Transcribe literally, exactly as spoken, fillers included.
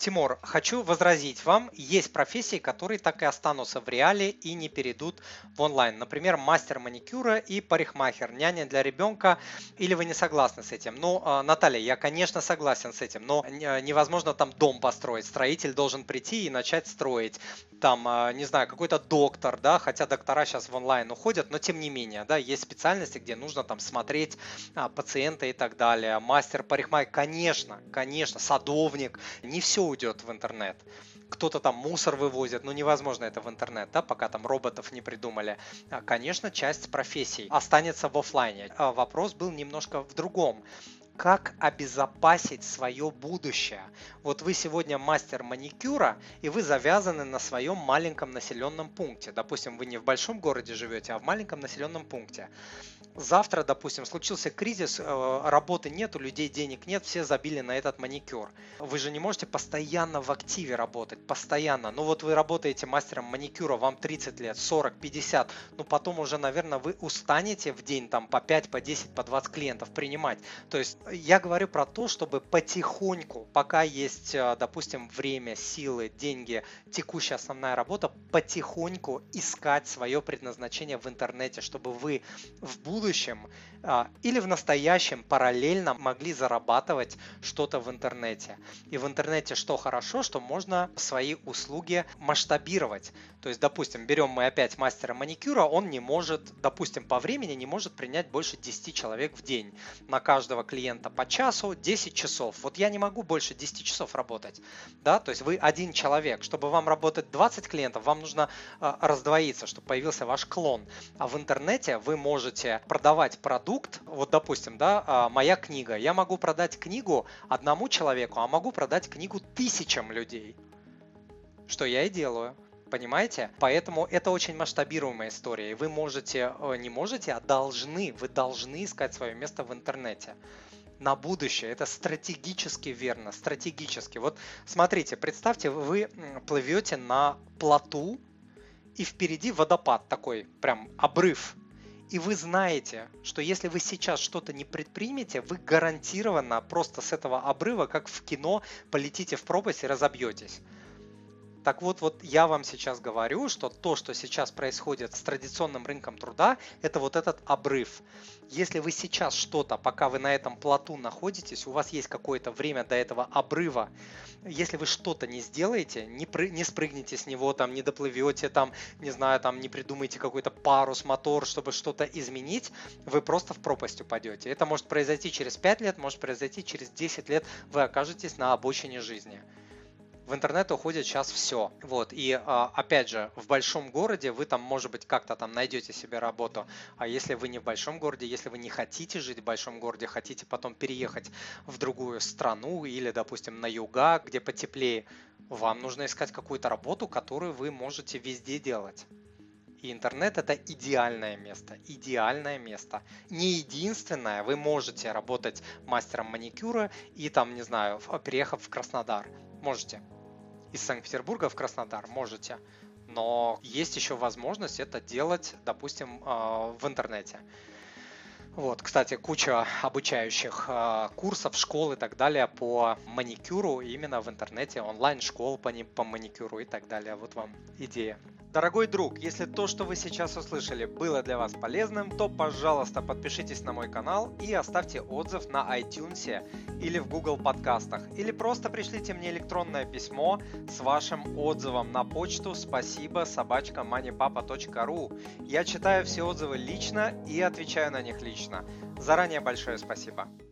Тимур, хочу возразить вам, есть профессии, которые так и останутся в реале и не перейдут в онлайн. Например, мастер маникюра и парикмахер, няня для ребенка. Или вы не согласны с этим? Ну, а, Наталья, я, конечно, согласен с этим, но не- невозможно там дом построить. Строитель должен прийти и начать строить. Там, а, не знаю, какой-то доктор, да, хотя доктора сейчас в онлайн уходят, но тем не менее, да, есть специальности, где нужно там смотреть а, пациента и так далее. Мастер парикмахер, конечно, конечно, садовник, не все уйдет в интернет. Кто-то там мусор вывозит, но невозможно это в интернет, да, пока там роботов не придумали. А, Конечно, часть профессий останется в оффлайне. А Вопрос был немножко в другом. Как обезопасить свое будущее? Вот вы сегодня мастер маникюра, и вы завязаны на своем маленьком населенном пункте. Допустим, вы не в большом городе живете, а в маленьком населенном пункте. Завтра, допустим, случился кризис, э, работы нет, у людей денег нет, все забили на этот маникюр. Вы же не можете постоянно в активе работать, постоянно. Ну вот вы работаете мастером маникюра, вам тридцать лет, сорок, пятьдесят, ну потом уже, наверное, вы устанете в день там по пять, по десять, по двадцать клиентов принимать. То есть я говорю про то, чтобы потихоньку, пока есть, э, допустим, время, силы, деньги, текущая основная работа, потихоньку искать свое предназначение в интернете, чтобы вы в будущем а, или в настоящем параллельно могли зарабатывать что-то в интернете. И в интернете что хорошо, что можно свои услуги масштабировать. То есть, допустим, берем мы опять мастера маникюра, он не может, допустим, по времени не может принять больше десяти человек в день. На каждого клиента по часу десять часов. Вот я не могу больше десяти часов работать. Да? То есть вы один человек. Чтобы вам работать двадцать клиентов, вам нужно а, раздвоиться, чтобы появился ваш клон. А в интернете вы можете продавать продукт. Вот, допустим, да, а, моя книга. Я могу продать книгу одному человеку, а могу продать книгу тысячам людей. Что я и делаю. Понимаете? Поэтому это очень масштабируемая история. И вы можете, э, не можете, а должны, вы должны искать свое место в интернете. На будущее. Это стратегически верно. Стратегически. Вот смотрите, представьте, вы м, плывете на плоту, и впереди водопад такой, прям обрыв. И вы знаете, что если вы сейчас что-то не предпримете, вы гарантированно просто с этого обрыва, как в кино, полетите в пропасть и разобьетесь. Так вот, вот я вам сейчас говорю, что то, что сейчас происходит с традиционным рынком труда, это вот этот обрыв. Если вы сейчас что-то, пока вы на этом плоту находитесь, у вас есть какое-то время до этого обрыва, если вы что-то не сделаете, не, пры- не спрыгнете с него, там, не доплывете, там, не знаю, там, не придумаете какой-то парус, мотор, чтобы что-то изменить, вы просто в пропасть упадете. Это может произойти через пять лет, может произойти через десять лет, вы окажетесь на обочине жизни. В интернет уходит сейчас все. Вот. И а, опять же, в большом городе вы там, может быть, как-то там найдете себе работу. А если вы не в большом городе, если вы не хотите жить в большом городе, хотите потом переехать в другую страну или, допустим, на юга, где потеплее, вам нужно искать какую-то работу, которую вы можете везде делать. И интернет это идеальное место, идеальное место. Не единственное, вы можете работать мастером маникюра и там, не знаю, в- переехав в Краснодар. Можете. Из Санкт-Петербурга в Краснодар можете. Но есть еще возможность это делать, допустим, а, в интернете. Вот, кстати, куча обучающих а, курсов, школ и так далее по маникюру именно в интернете, онлайн-школ по, ни- по маникюру и так далее. Вот вам идея. Дорогой друг, если то, что вы сейчас услышали, было для вас полезным, то, пожалуйста, подпишитесь на мой канал и оставьте отзыв на iTunes или в Google подкастах. Или просто пришлите мне электронное письмо с вашим отзывом на почту спасибо собачка moneypapa точка ру. Я читаю все отзывы лично и отвечаю на них лично. Заранее большое спасибо.